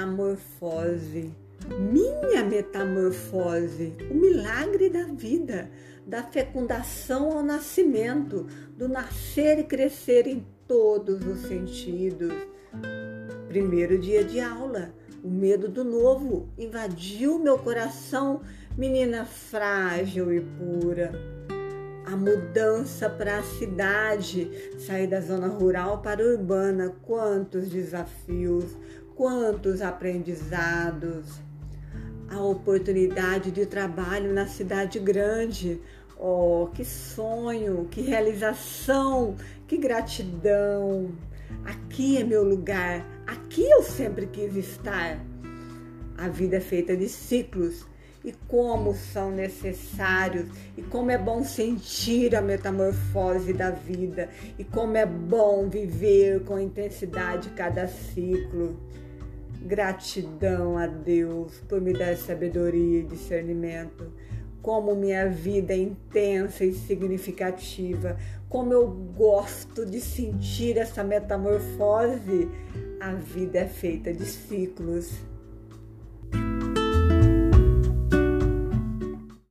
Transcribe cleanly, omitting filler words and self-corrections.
metamorfose, minha metamorfose, o milagre da vida, da fecundação ao nascimento, do nascer e crescer em todos os sentidos. Primeiro dia de aula, o medo do novo invadiu meu coração, menina frágil e pura. A mudança para a cidade, sair da zona rural para a urbana, quantos desafios, quantos aprendizados. A oportunidade de trabalho na cidade grande, oh, que sonho, que realização, que gratidão. Aqui é meu lugar, aqui eu sempre quis estar. A vida é feita de ciclos. E como são necessários, e como é bom sentir a metamorfose da vida, e como é bom viver com intensidade cada ciclo. Gratidão a Deus por me dar sabedoria e discernimento. Como minha vida é intensa e significativa, como eu gosto de sentir essa metamorfose. A vida é feita de ciclos.